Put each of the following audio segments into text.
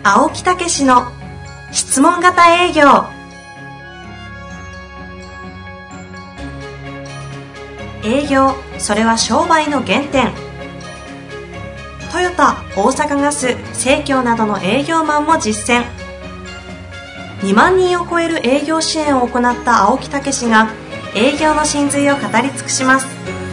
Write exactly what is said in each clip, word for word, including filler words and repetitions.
青木武氏の質問型営業。営業、それは商売の原点。トヨタ、大阪ガス、生協などの営業マンも実践。にまんにんを超える営業支援を行った青木武氏が営業の真髄を語り尽くします。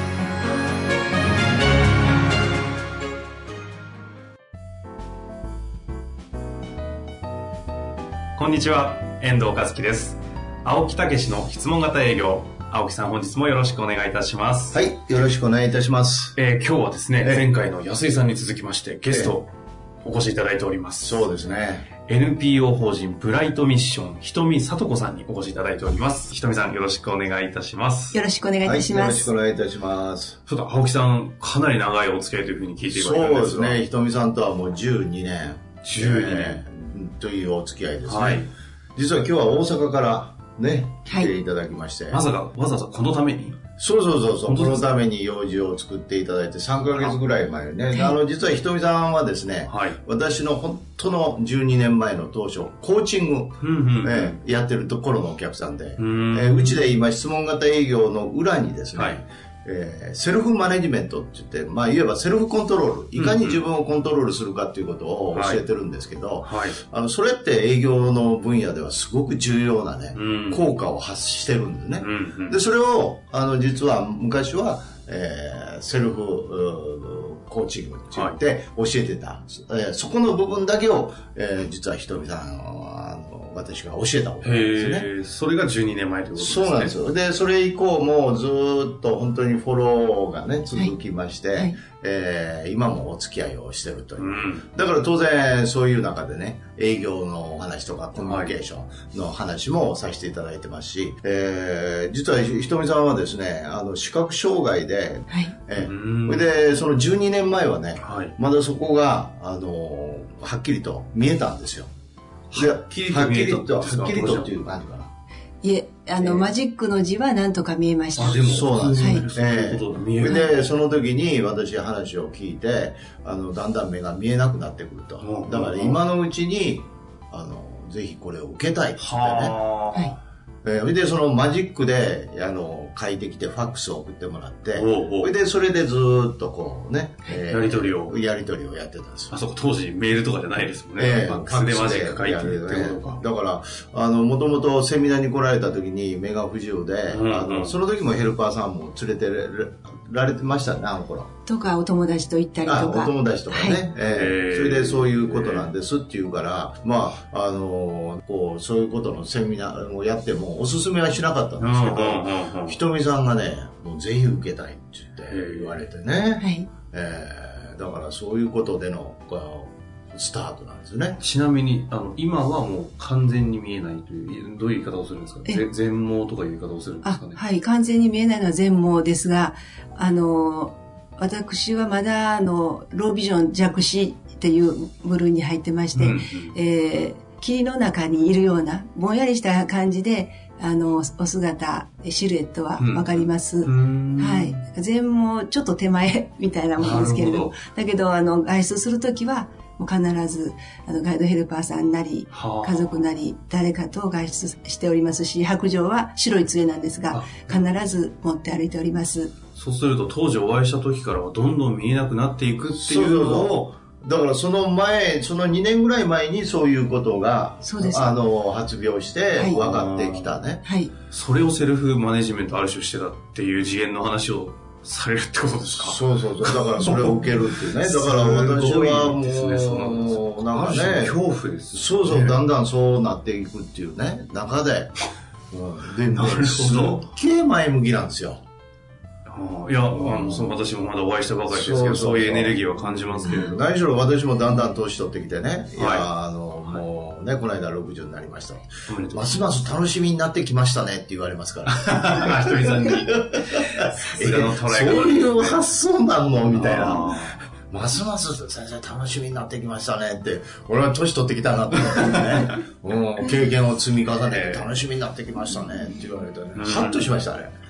こんにちは、遠藤和樹です。青木武の質問型営業。青木さん、本日もよろしくお願いいたします。 はい、よろしくお願いいたします。 えー、今日はですね、前回の安井さんに続きましてゲストお越しいただいております。 そうですね。 エヌピーオー 法人ブライトミッション、ひとみさとこさんにお越しいただいております。ひとみさん、よろしくお願いいたします。 よろしくお願いいたします。はい、 よろしくお願いいたします。 そうだ、青木さん、かなり長いお付き合いというふうに聞いていただいたんですが。 そうですね、ひとみさんとはもうじゅうにねん。 じゅうにねん、えー、というお付き合いですね。 はい。 実は今日は大阪からね、来ていただきまして。はい、 まさか、わざわざこのためにそうそうそうそう、このために用事を作っていただいてさんかげつぐらい前にね、あの、実はひとみさんはですね、はい、私の本当のじゅうにねんまえの当初、コーチング、うんうんうんえー、やってるところのお客さんで、うん、えー、うちで今質問型営業の裏にですね、はいえー、セルフマネジメントって言って、まあ言えばセルフコントロール、いかに自分をコントロールするかっていうことを教えてるんですけど、はいはい、あのそれって営業の分野ではすごく重要なね、うん、効果を発してるんですね。うんうん、でそれをあの実は昔は、えー、セルフコーチングって言って教えてた、はいえー、そこの部分だけを、えー、実はひとみさんあの私が教えたことなんですね。 へそれがじゅうにねんまえということですね。 そうなんですよ。で、それ以降もずっと本当にフォローがね、続きまして、はいはいえー、今もお付き合いをしてるという、うん。だから当然そういう中でね、営業のお話とかコミュニケーションの話もさせていただいてますし、えー、実はひとみさんはですね、あの視覚障害で、はいえー、それでそのじゅうにねんまえはね、はい、まだそこが、あのはっきりと見えたんですよ。 はっきりと見えたんですか？ はっきりとっていう感じかな。 いえ、あの、えー、マジックの字はなんとか見えました。 あ、でもそうなんですね。はい、 えー、 で、その時に私話を聞いて、あの、だんだん目が見えなくなってくると。だから今のうちに、あの、ぜひこれを受けたいって言ってね。はいえー、でそのマジックであの書いてきてファックスを送ってもらっておうおうでそれでずっとこうね、 えー、やり取りをやり取りをやってたんですよ。 あそこ当時メールとかじゃないですもんね、えー、ファックスでマジック書いてるってことか、 ね、だからあのもともとセミナーに来られた時に目が不自由で、うんうん、あのその時もヘルパーさんも連れてられてましたね、あの頃とかお友達と行ったりとかお友達とかね、はいえー、それでそういうことなんですって言うからまああのこうそういうことのセミナーをやってもおすすめはしなかったんですけど、ひとみさんがねもうぜひ受けたいって言って言われてね、はいえー、だからそういうことでのスタートなんですね。 ちなみにあの今はもう完全に見えないというどういう言い方をするんですか？全盲とかいう言い方をするんですかね？ はい、完全に見えないのは全盲ですが、あの私はまだあのロービジョン弱視っていう部類に入ってまして、うんうんえー、霧の中にいるようなぼんやりした感じであのお姿シルエットはわかります、うん、はい全盲ちょっと手前みたいなものですけれどもだけどあの外出するときはもう必ずあのガイドヘルパーさんなり家族なり誰かと外出しておりますし白杖は白い杖なんですが必ず持って歩いております。 そうすると当時お会いした時からはどんどん見えなくなっていくっていうのをだからその前そのにねんぐらい前にそういうことがあの発病して分かってきたね、 はいはい、 それをセルフマネジメントある種してたっていう次元の話をされるってことですか？ そうそうそうだからそれを受けるっていうねだから私はもうですねそのなんかね恐怖です、ね、 そうそうだんだんそうなっていくっていうね中で、うん、でなるほどすっげえ前向きなんですよ。 いや、あの、その私もまだお会いしたばかりですけど、そうそうそうそういうエネルギーは感じますけれど。 何しろ私もだんだん年取ってきてね、いや、はい、あの、もうね、この間ろくじゅうになりました。ますます楽しみになってきましたねって言われますから。 ひとみさんに。さすがの捉え方。 そういう発想なのみたいな。ますます先生楽しみになってきましたねって、俺は年取ってきたなって思ってね、うん、経験を積み重ねて楽しみになってきましたねって言われてね、ハッとしましたね。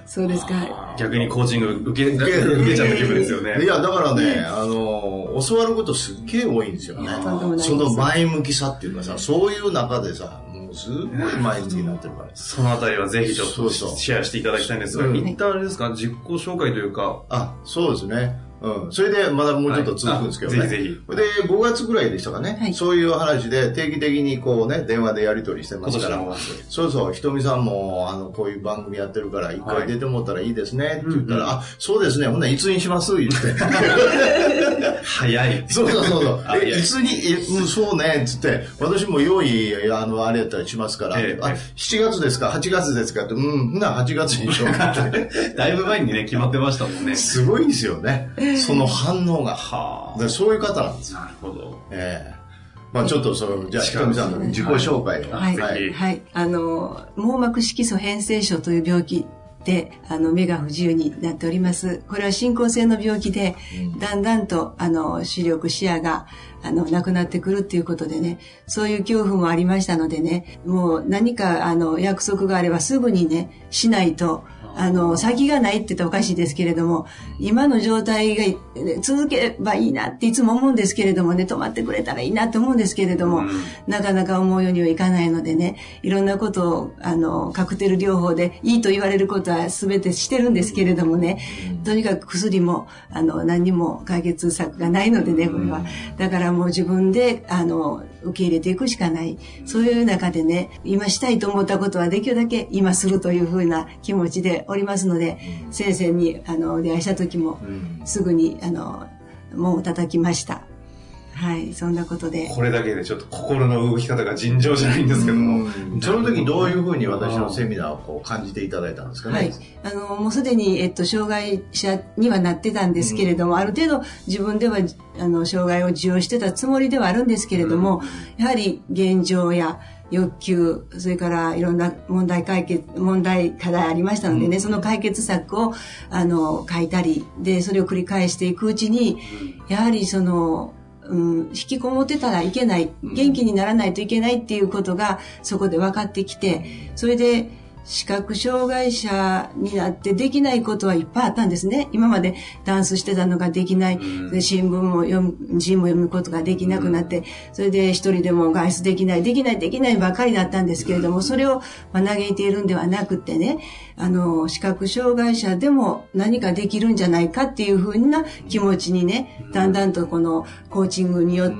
そうですか。 逆にコーチング受け、受け、受けちゃった気分ですよね。 いや、だからね、あの、教わることすっげえ多いんですよね。その前向きさっていうかさ、そういう中でさ、もうすごい前向きになってるから。 そのあたりはぜひちょっとシェアしていただきたいんですが、一旦あれですか、自己紹介というか。 あ、そうですね。うん。それで、まだもうちょっと続くんですけどね。 はい、ぜひぜひ。 で、ごがつぐらいでしたかね。はい、そういう話で定期的にこうね、電話でやり取りしてますから。そうそう、ひとみさんも、あの、こういう番組やってるから、一回出てもらったらいいですね、って言ったら、はい、あ、そうですね、ほんならいつにします言って。 早い。 そうそうそうそう。え、いつに、え、うん、そうね、つって、私も用意、あの、あれやったりしますから、ええ、あ、しちがつですか、はちがつですかって、うん、な、はちがつにしようかって。 だいぶ前にね、決まってましたもんね。 すごいんですよね。その反応が。はあ。そういう方なんですよ。 なるほど。 ええー。まあちょっとその、じゃあ、ひとみさんの自己紹介を。 はい。はい。はい。あの、網膜色素変性症という病気で、あの、目が不自由になっております。これは進行性の病気で、うん、だんだんと、あの、視力、視野が、あの、なくなってくるっていうことでね、そういう恐怖もありましたのでね、もう何か、あの、約束があればすぐにね、しないと、あの、先がないって言ったらおかしいですけれども、今の状態が続ければいいなっていつも思うんですけれどもね、止まってくれたらいいなって思うんですけれども、うん、なかなか思うようにはいかないのでね、いろんなことを、あの、カクテル療法でいいと言われることは全てしてるんですけれどもね、とにかく薬も、あの、何にも解決策がないのでね、これは。だからもう自分で、あの、受け入れていくしかない。そういう中でね、今したいと思ったことはできるだけ今するというふうな気持ちでおりますので、うん、先生にあのお出会いした時も、うん、すぐにあの門を叩きました。はい、そんなことで。 これだけでちょっと心の動き方が尋常じゃないんですけども。 その時どういうふうに私のセミナーをこう感じていただいたんですかね。はい。 あの、もうすでに、えっと、障害者にはなってたんですけれども、うん、ある程度自分では、あの、障害を受容してたつもりではあるんですけれども、うん、やはり現状や欲求、それからいろんな問題解決、問題課題ありましたのでね、うん、その解決策を、あの、書いたり、で、それを繰り返していくうちに、やはりその、うん、引きこもってたらいけない、元気にならないといけないっていうことがそこで分かってきて、それで視覚障害者になってできないことはいっぱいあったんですね。今までダンスしてたのができない、で新聞も読む、字も読むことができなくなって、それで一人でも外出できない、できない、できないばかりだったんですけれども、それを嘆いているんではなくてね、あの、視覚障害者でも何かできるんじゃないかっていうふうな気持ちにね、だんだんとこのコーチングによって、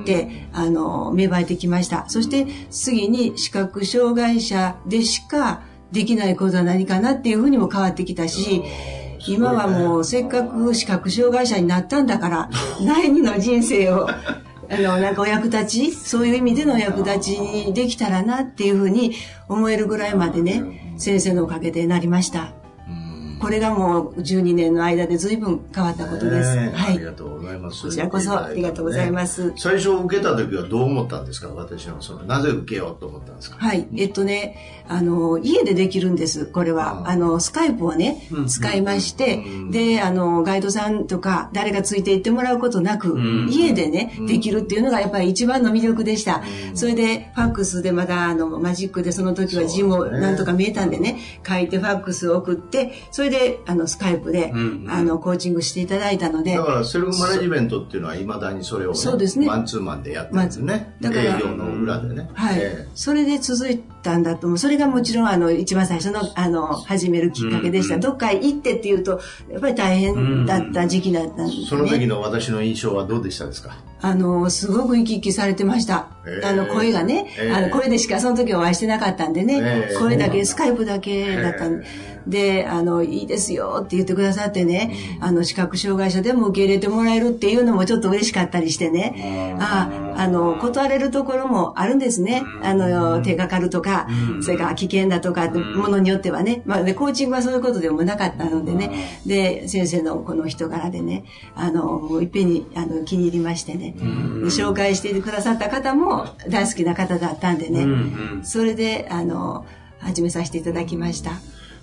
あの、芽生えてきました。そして次に視覚障害者でしかできないことは何かなっていうふうにも変わってきたし、今はもうせっかく視覚障害者になったんだから、第二の人生を、あの、なんかお役立ち、そういう意味でのお役立ちにできたらなっていうふうに思えるぐらいまでね、先生のおかげでなりました。これがもうじゅうにねんの間で随分変わったことです。はい。 ありがとうございます。 こちらこそありがとうございます。 最初受けた時はどう思ったんですか？私のその、なぜ受けようと思ったんですか？ はい。えっとね、あの、家でできるんです、これは。あの、スカイプをね、使いまして、で、あの、ガイドさんとか誰がついていってもらうことなく、家でね、できるっていうのがやっぱり一番の魅力でした。それで、ファックスでまだ、あの、マジックでその時は字もなんとか見えたんでね、書いてファックスを送って、それで、あの、スカイプで、うんうん、あの、コーチングしていただいたので。 だから、セルフマネジメントっていうのは、未だにそれをね、そうですね、マンツーマンでやってるんですね。だから、営業の裏でね。 はい、えー。それで続いたんだと思う。それがもちろん、あの、一番最初の、あの、始めるきっかけでした。うんうん、どっか行ってっていうと、やっぱり大変だった時期だったんですね。 その時の私の印象はどうでしたですか？ あの、すごく生き生きされてました。えー、あの、声がね、えー、あの、声でしかその時お会いしてなかったんでね、えー、声だけ、スカイプだけだったんで、えー、で、あの、いいですよって言ってくださってね、うん、あの、視覚障害者でも受け入れてもらえるっていうのもちょっと嬉しかったりしてね、ああ、あの、断れるところもあるんですね。あの、手がかるとか、うん、それから危険だとか、ものによってはね、まあ、で、コーチングはそういうことでもなかったのでね、で、先生のこの人柄でね、あの、もういっぺんに、あの、気に入りましてね、うん、紹介してくださった方も大好きな方だったんでね、うんうん、それで、あの、始めさせていただきました。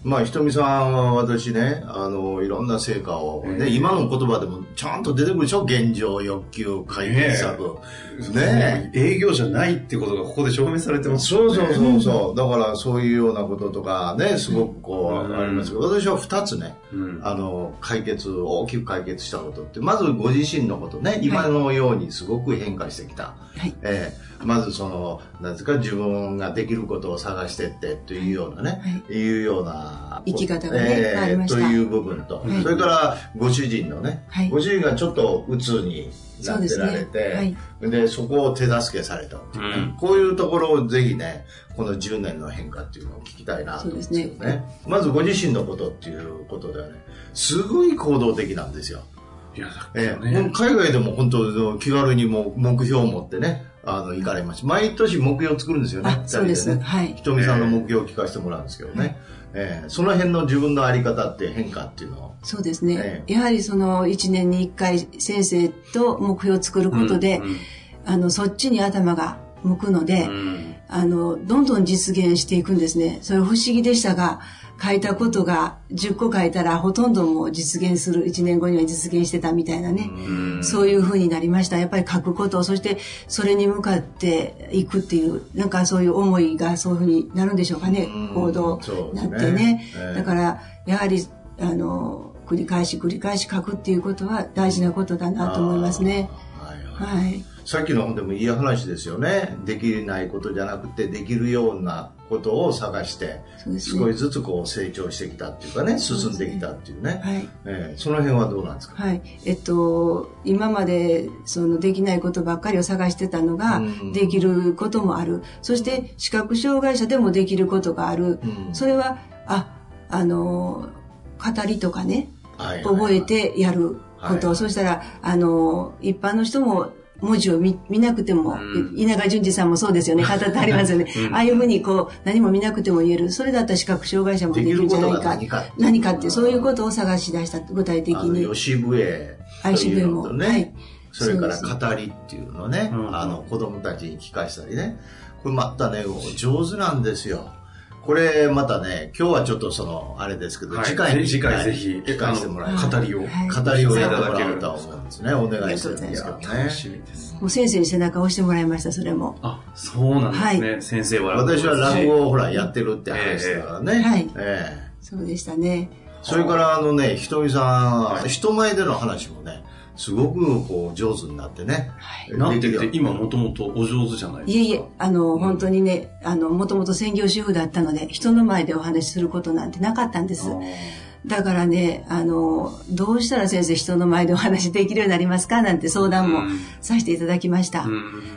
まあ、ひとみさんは私ね、あの、いろんな成果を、ね、今の言葉でもちゃんと出てくるでしょ。現状、欲求、解決策。 ねえ。営業じゃないってことがここで証明されてますね。 そうそうそうそう。だからそういうようなこととかね、すごくこう、ありますけど、私は二つね、うん、あの、解決、大きく解決したことって、まずご自身のことね、今のようにすごく変化してきた。はい、えーまずその、なんですか、自分ができることを探してってというようなね、はい、いうような生き方がね、 えー、ありました。という部分と、はい、それからご主人のね、はい、ご主人がちょっと鬱になってられて、で、ねはい、でそこを手助けされたっていうね、うん、こういうところをぜひね、このじゅうねんの変化っていうのを聞きたいなと思うんですよね。ねまずご自身のことっていうことではね、すごい行動的なんですよ。いやだね、えー、海外でも本当気軽にも目標を持ってね、あの行かれました。毎年目標を作るんですよね。 そうですね。はい。 ひとみさんの目標を聞かせてもらうんですけどね。えー、その辺の自分の在り方って変化っていうのを。 そうですね。えー、やはりそのいちねんにいっかい先生と目標を作ることで、うんうん、あのそっちに頭が向くので、うん、あのどんどん実現していくんですね。それ不思議でしたが。書いたことがじゅっこ書いたらほとんどもう実現するいちねんごには実現してたみたいなね、うそういう風になりました。やっぱり書くこと、そしてそれに向かっていくっていうなんかそういう思いがそういう風になるんでしょうかね、行動になってね、えー、だからやはりあの繰り返し繰り返し書くっていうことは大事なことだなと思いますね。はい、はい、 さっきの本でもいい話ですよね。できないことじゃなくてできるようなことを探して、ね、少しずつこう成長してきたっていうかね、進んできたっていうね。はい、えー、その辺はどうなんですか。 はい。えっと今までそのできないことばっかりを探してたのが、うん、できることもある。そして視覚障害者でもできることがある。うん、それはああの語りとかね、はいはいはい、覚えてやること。はいはい、そしたらあの一般の人も文字を 見, 見なくても、うん、稲川淳二さんもそうですよね、語ってありますよね、うん、ああいうふうにこう何も見なくても言える、それだったら視覚障害者もできるんじゃないか、何か何かっていうそういうことを探し出した。具体的に吉笛というのとね、はい、それから語りっていうのね、あの子供たちに聞かせたりね、これまたね上手なんですよ。これまたね、今日はちょっとそのあれですけど、はい、次回に次回ぜひ聞かせてもらえる語りを、はい、 語りをやってもらうと思うんですね。お願いしてるんですけどね。 楽しみです。 もう先生に背中を押してもらいました。それも。 あ、そうなんですね。はい、先生は私は落語をほらやってるって話だからね。えー、はい、 えー。そうでしたね。 それからあのね、ひとみさん、はい、人前での話もね。すごくこう上手になってね。 はい、なんて言って今もともとお上手じゃないですか。 いえいえ、あの、うん、本当にね、あの、もともと専業主婦だったので、人の前でお話しすることなんてなかったんです。だからね、あの、どうしたら先生人の前でお話できるようになりますかなんて相談もさせていただきました。うん、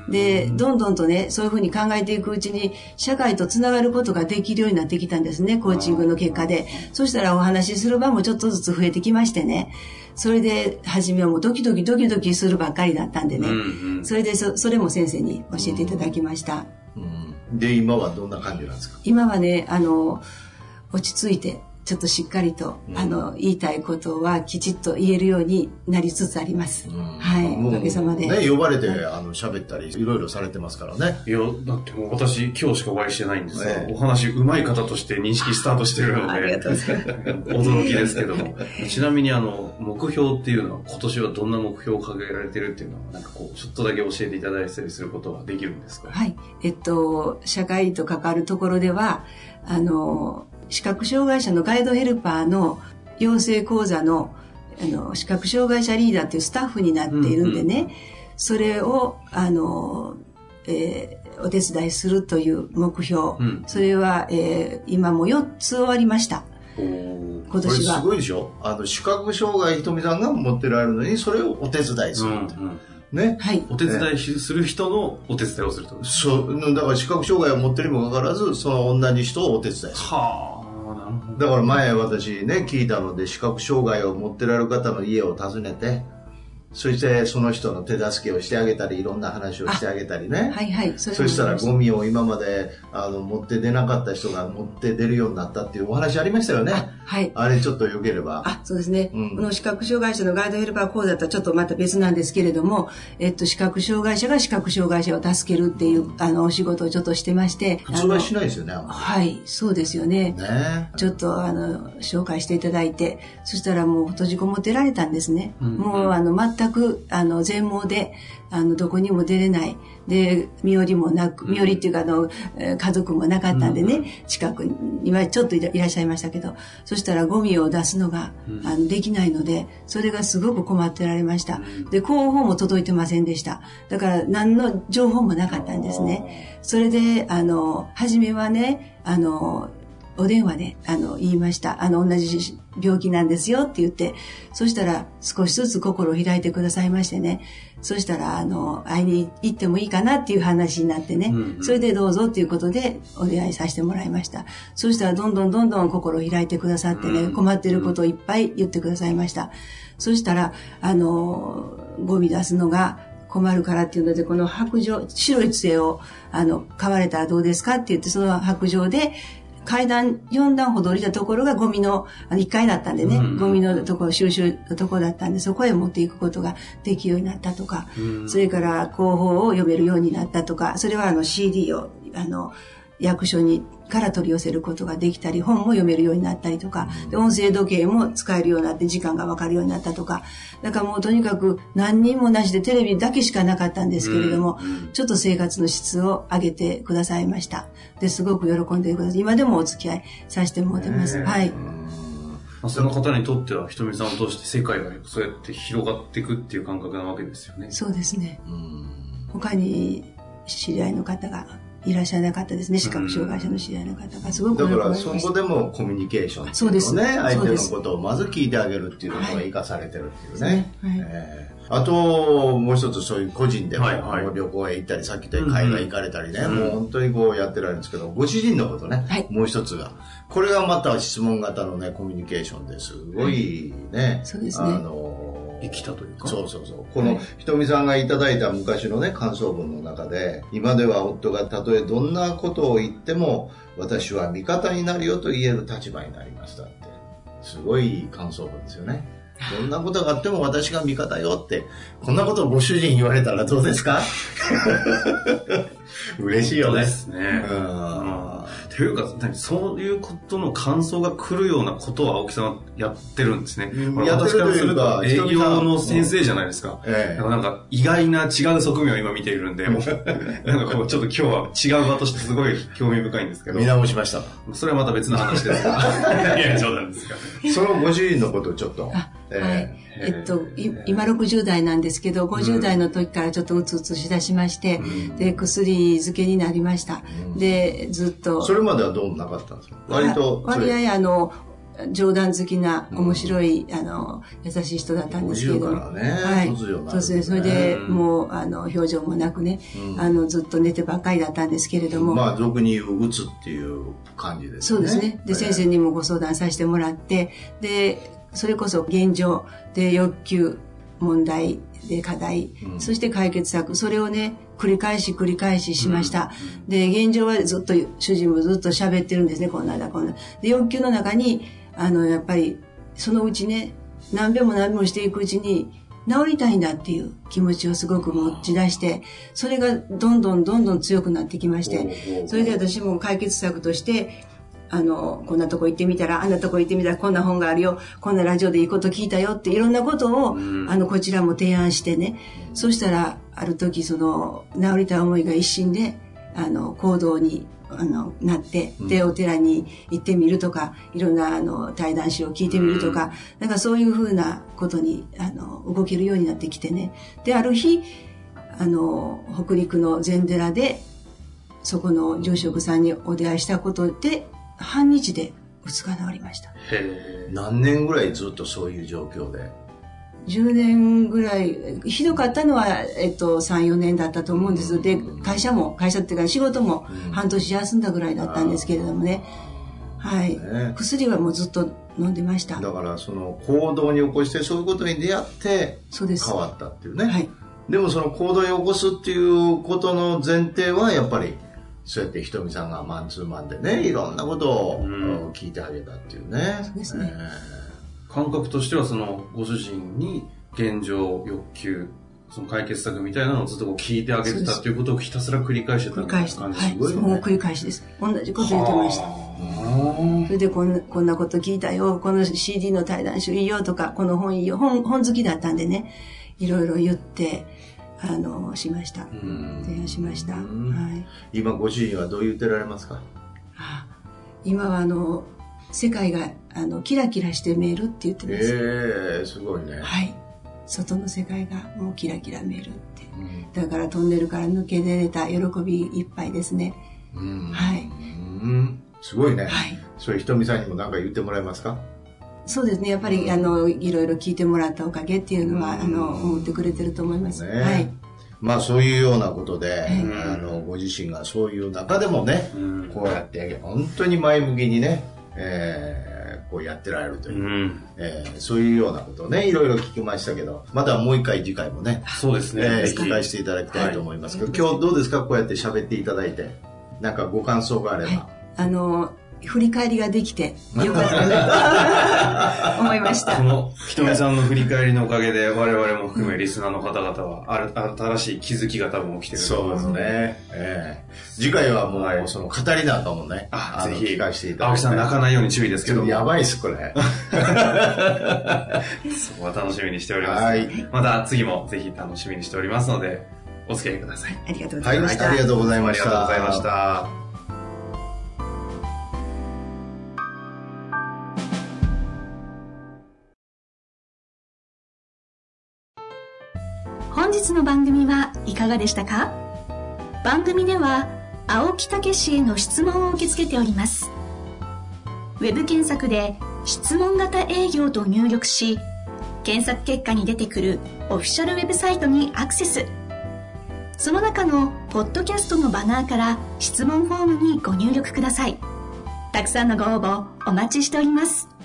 で、どんどんとね、そういうふうに考えていくうちに、社会とつながることができるようになってきたんですね、コーチングの結果で。そしたらお話しする場もちょっとずつ増えてきましてね。それで初めはもうドキドキドキドキするばっかりだったんでね、うんうん、それで そ, それも先生に教えていただきました、 うんうん、で今はどんな感じなんですか。 今はね、あの落ち着いてちょっとしっかりと、うん、あの言いたいことはきちっと言えるようになりつつあります、うん、はい、おかげさまで、 ね、呼ばれて、はい、あの喋ったりいろいろされてますからね。 いやだってもう私今日しかお会いしてないんですが、ね、お話うまい方として認識スタートしてるのでありがとうございます驚きですけどもちなみにあの目標っていうのは今年はどんな目標を掲げられてるっていうのはなんかこうちょっとだけ教えていただいたりすることはできるんですか。 はい、えっと社会と関わるところではあの視覚障害者のガイドヘルパーの養成講座 の, あの視覚障害者リーダーというスタッフになっているんでね、うんうん、それをあの、えー、お手伝いするという目標、うん、それは、えー、今もよっつ終わりました。 今年はこれすごいでしょ。あの視覚障害ひとみさんが持ってられるのにそれをお手伝いするって、うんうんね、はい、お手伝いする人のお手伝いをすると、ね、 そうだから視覚障害を持ってるにもかかわらずその同じ人をお手伝いする。はあ、なるほど。だから前私ね聞いたので視覚障害を持ってられる方の家を訪ねてそしてその人の手助けをしてあげたり、いろんな話をしてあげたりね。 はいはい。 そ, そしたらゴミを今まであの持って出なかった人が持って出るようになったっていうお話ありましたよね。 あ、はい。 あれちょっとよければ。 あ、そうですね。うん、この視覚障害者のガイドヘルパー講座とはちょっとまた別なんですけれども、えっと、視覚障害者が視覚障害者を助けるっていう、あの、お仕事をちょっとしてまして。 普通はしないですよね。 はい、そうですよね。ね。ちょっと、あの、紹介していただいて、そしたらもう閉じこもってられたんですね。うんうん、もう、あの、全く、あの、全盲で、あの、どこにも出れない。で、身寄りもなく、身寄りっていうか、あの、家族もなかったんでね、うん、近くにはちょっといらっしゃいましたけど、そしたらゴミを出すのが、うん、あのできないので、それがすごく困ってられました。で、広報も届いてませんでした。だから、何の情報もなかったんですね。それで、あの、初めはね、あの、お電話で、あの、言いました。あの、同じ病気なんですよって言って、そしたら少しずつ心を開いてくださいましてね。そしたら、あの、会いに行ってもいいかなっていう話になってね。うんうん、それでどうぞっていうことでお出会いさせてもらいました。そしたらどんどんどんどん心を開いてくださってね、うん、困ってることをいっぱい言ってくださいました。そしたら、あの、ゴミ出すのが困るからっていうので、この白状、白い杖を、あの、買われたらどうですかって言って、その白状で、階段よん段ほど降りたところがゴミのいっかいだったんでね、うん、ゴミのところ、収集のところだったんで、そこへ持っていくことができるようになったとか、うん、それから広報を読めるようになったとか、それはあの シーディー を、あの、役所にから取り寄せることができたり、本も読めるようになったりとか、で音声時計も使えるようになって時間がわかるようになったとか、だからもうとにかく何人もなしでテレビだけしかなかったんですけれども、うん、ちょっと生活の質を上げてくださいました。で、すごく喜んでください。今でもお付き合いさせてもらってます。はい。 その方にとっては、ひとみさんを通して世界がそうやって広がっていくっていう感覚なわけですよね。 そうですね。うん他に知り合いの方がいらっしゃらなかったですね。視覚障害者の知り合いの方がすごくだからそこでもコミュニケーションっていうのね、そうです相手のことをまず聞いてあげるっていうのが生かされてるっていうね、はいはいえー、あともう一つそういう個人でも、はいはい、旅行へ行ったりさっき言った海外行かれたりね、うん、もう本当にこうやってられるんですけど、ご主人のことね、はい、もう一つがこれがまた質問型のねコミュニケーションですごいね、はい、 そうですね、あの生きたというかそうそうそうこのひとみさんがいただいた昔のね感想文の中で、今では夫がたとえどんなことを言っても私は味方になるよと言える立場になりましたって、すごい感想文ですよね。どんなことがあっても私が味方よって、こんなことをご主人言われたらどうですか嬉しいよね。 ですね。うん。というか、そういうことの感想が来るようなことを青木さんはやってるんですね。うん、やってるというか、営業の先生じゃないですか。うんええ、なんか意外な違う側面を今見ているんで、もうなんかこうちょっと今日は違う場としてすごい興味深いんですけど。 見直しました。 それはまた別の話ですが。いや、冗談ですか。 そのご主人のことをちょっと。 えー、はい。えっと、今ろくじゅう代なんですけど、ごじゅう代の時からちょっとうつうつしだしまして、うん、で、薬漬けになりました。うん、で、ずっと。 それまではどうもなかったんですか？割と。 割合、あの、冗談好きな、面白い、うん、あの、優しい人だったんですけど。 ごじゅうからね。 はい。突如なる、ね。そうですね。それで、もう、あの、表情もなくね、うん、あの、ずっと寝てばっかりだったんですけれども。 まあ、俗に言う、うつっていう感じですね。 そうですね。で、先生にもご相談させてもらって、で、それこそ現状で欲求、問題で課題、うん、そして解決策、それをね、繰り返し繰り返ししました。うん、で、現状はずっと、主人もずっと喋ってるんですね、こんなだ、こんな。で、欲求の中に、あの、やっぱり、そのうちね、何べも何べもしていくうちに、治りたいんだっていう気持ちをすごく持ち出して、それがどんどんどんどん強くなってきまして、それで私も解決策として、あの、こんなとこ行ってみたら、あんなとこ行ってみたら、こんな本があるよ、こんなラジオでいいこと聞いたよって、いろんなことを、うん、あの、こちらも提案してね、うん、そしたら、ある時、その、治りたい思いが一心で、あの、行動に、あの、なって、で、お寺に行ってみるとか、いろんな、あの、対談誌を聞いてみるとか、うん、なんかそういうふうなことに、あの、動けるようになってきてね。で、ある日、あの、北陸の禅寺で、そこの住職さんにお出会いしたことで、半日でうつが治りました。 へー。何年ぐらいずっとそういう状況で？ じゅうねんぐらい、ひどかったのは、えっと、さん、よねんだったと思うんです。で、会社も、会社っていうか仕事も半年休んだぐらいだったんですけれどもね。 はい、ね、薬はもうずっと飲んでました。 だからその行動に起こしてそういうことに出会って変わったっていうね。はい、でもその行動に起こすっていうことの前提はやっぱりそうやってひとみさんがマンツーマンでね、いろんなことを聞いてあげたっていうね。 そうですね。 えー、感覚としてはそのご主人に現状、欲求、その解決策みたいなのをずっとこう聞いてあげてたっていうことをひたすら繰り返してた感じ。 繰り返して、はい、もう繰り返しです。同じこと言ってました。それでこんな、こんなこと聞いたよ、この シーディー の対談集いいよとか、この本いいよ、本、本好きだったんでね、いろいろ言って、あの、しました。提案しました。はい。 今ご主人はどう言ってられますか？ あ、今はあの、世界があのキラキラして見えるって言ってます。 えー、すごいね。 はい。外の世界がもうキラキラ見えるって、うん、だからトンネルから抜け出れた喜びいっぱいですね。うん、はい、うん、 すごいね。はい、それひとみさんにも何か言ってもらえますか？ そうですね、やっぱりあのいろいろ聞いてもらったおかげっていうのは、うん、あの思ってくれてると思います、ね。はい、 まあそういうようなことで、うん、あのご自身がそういう中でもね、うん、こうやって本当に前向きにね、えーこうやってられるという、うんえー、そういうようなことをねいろいろ聞きましたけど、またもう一回次回もねそうですね、えー、聞かせていただきたいと思いますけど、はい、今日どうですか、こうやって喋っていただいて、なんかご感想があれば。はい、 あの振り返りができてよかったなと思いました。 このひとみさんの振り返りのおかげで我々も含めリスナーの方々はある新しい気づきが多分起きてると思います。 そうですね、えー、次回はもう、はい、その語りなんかもねあぜひ聞かせていただきたい。 青木さん泣かないように注意ですけどやばいですこれそこは楽しみにしております、はい、また次もぜひ楽しみにしておりますのでお付き合いください。 ありがとうございました、 はい、ありがとうございました。 ありがとうございました。 本日の番組はいかがでしたか？番組では青木武への質問を受け付けております。ウェブ検索で質問型営業と入力し、検索結果に出てくるオフィシャルウェブサイトにアクセス。その中のポッドキャストのバナーから質問フォームにご入力ください。たくさんのご応募お待ちしております。